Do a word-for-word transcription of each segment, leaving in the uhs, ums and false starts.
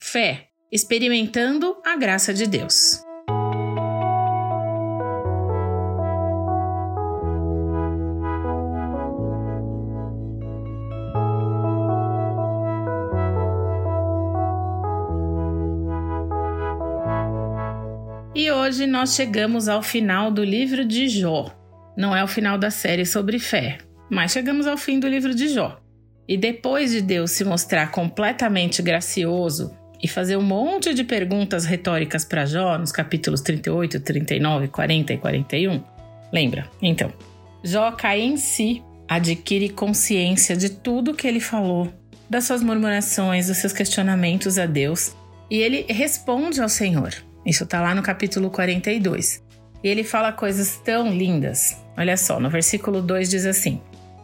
Fé, experimentando a graça de Deus. E hoje nós chegamos ao final do livro de Jó. Não é o final da série sobre fé, mas chegamos ao fim do livro de Jó. E depois de Deus se mostrar completamente gracioso e fazer um monte de perguntas retóricas para Jó, nos capítulos trinta e oito, trinta e nove, quarenta e quarenta e um, lembra? Então, Jó cai em si, adquire consciência de tudo que ele falou, das suas murmurações, dos seus questionamentos a Deus, e ele responde ao Senhor. Isso está lá no capítulo quarenta e dois. E ele fala coisas tão lindas. Olha só, no versículo dois diz assim,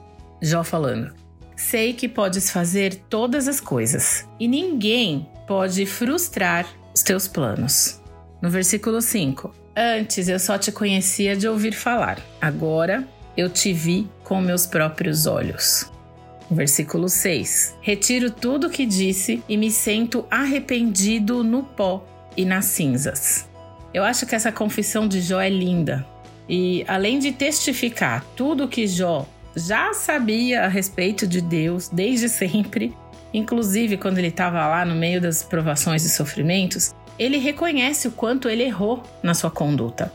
Jó falando: sei que podes fazer todas as coisas, e ninguém pode frustrar os teus planos. No versículo cinco, antes eu só te conhecia de ouvir falar, agora eu te vi com meus próprios olhos. No versículo seis, retiro tudo o que disse e me sinto arrependido no pó e nas cinzas. Eu acho que essa confissão de Jó é linda. E além de testificar tudo que Jó já sabia a respeito de Deus desde sempre, inclusive quando ele estava lá no meio das provações e sofrimentos, ele reconhece o quanto ele errou na sua conduta.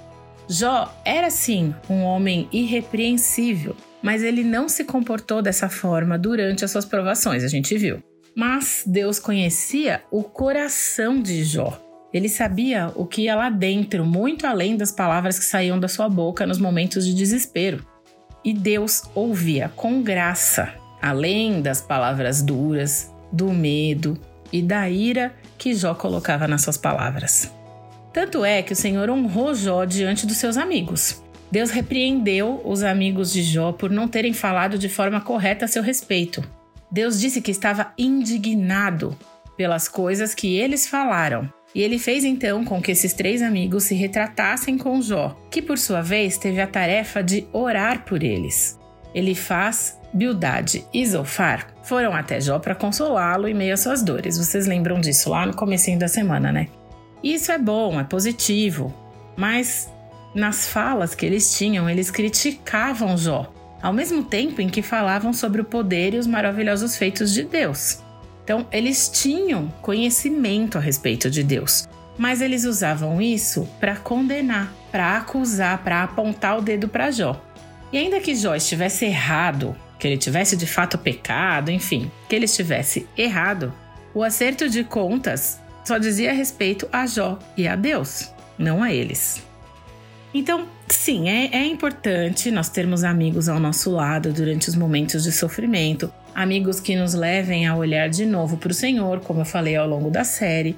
Jó era sim um homem irrepreensível, mas ele não se comportou dessa forma durante as suas provações, a gente viu. Mas Deus conhecia o coração de Jó. Ele sabia o que ia lá dentro, muito além das palavras que saíam da sua boca nos momentos de desespero. E Deus ouvia com graça, além das palavras duras, do medo e da ira que Jó colocava nas suas palavras. Tanto é que o Senhor honrou Jó diante dos seus amigos. Deus repreendeu os amigos de Jó por não terem falado de forma correta a seu respeito. Deus disse que estava indignado pelas coisas que eles falaram. E ele fez então com que esses três amigos se retratassem com Jó, que por sua vez teve a tarefa de orar por eles. Elifaz, Bildade e Zofar foram até Jó para consolá-lo em meio às suas dores. Vocês lembram disso lá no comecinho da semana, né? Isso é bom, é positivo, mas nas falas que eles tinham, eles criticavam Jó, ao mesmo tempo em que falavam sobre o poder e os maravilhosos feitos de Deus. Então, eles tinham conhecimento a respeito de Deus, mas eles usavam isso para condenar, para acusar, para apontar o dedo para Jó. E ainda que Jó estivesse errado, que ele tivesse de fato pecado, enfim, que ele estivesse errado, o acerto de contas só dizia respeito a Jó e a Deus, não a eles. Então, sim, é, é importante nós termos amigos ao nosso lado durante os momentos de sofrimento, amigos que nos levem a olhar de novo para o Senhor, como eu falei ao longo da série,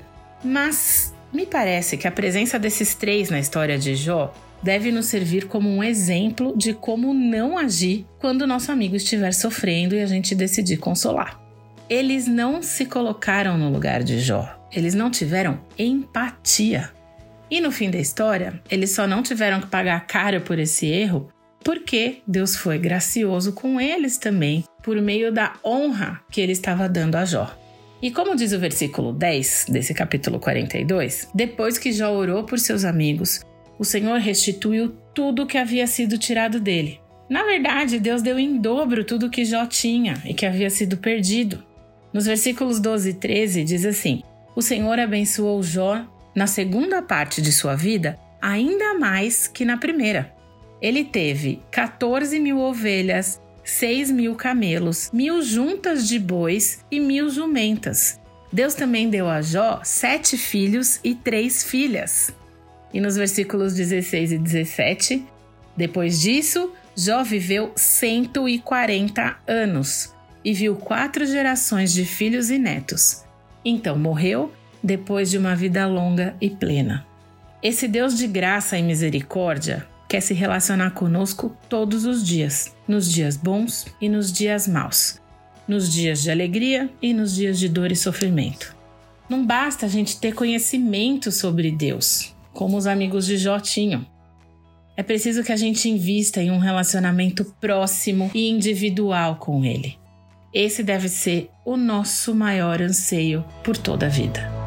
mas me parece que a presença desses três na história de Jó deve nos servir como um exemplo de como não agir quando o nosso amigo estiver sofrendo e a gente decidir consolar. Eles não se colocaram no lugar de Jó, eles não tiveram empatia. E no fim da história, eles só não tiveram que pagar caro por esse erro porque Deus foi gracioso com eles também, por meio da honra que ele estava dando a Jó. E como diz o versículo dez desse capítulo quarenta e dois, depois que Jó orou por seus amigos, o Senhor restituiu tudo que havia sido tirado dele. Na verdade, Deus deu em dobro tudo que Jó tinha e que havia sido perdido. Nos versículos doze e treze diz assim: o Senhor abençoou Jó na segunda parte de sua vida, ainda mais que na primeira. Ele teve quatorze mil ovelhas, seis mil camelos, mil juntas de bois e mil jumentas. Deus também deu a Jó sete filhos e três filhas. E nos versículos dezesseis e dezessete, depois disso, Jó viveu cento e quarenta anos e viu quatro gerações de filhos e netos. Então morreu depois de uma vida longa e plena. Esse Deus de graça e misericórdia quer se relacionar conosco todos os dias, nos dias bons e nos dias maus, nos dias de alegria e nos dias de dor e sofrimento. Não basta a gente ter conhecimento sobre Deus, como os amigos de Jó tinham. É preciso que a gente invista em um relacionamento próximo e individual com Ele. Esse deve ser o nosso maior anseio por toda a vida.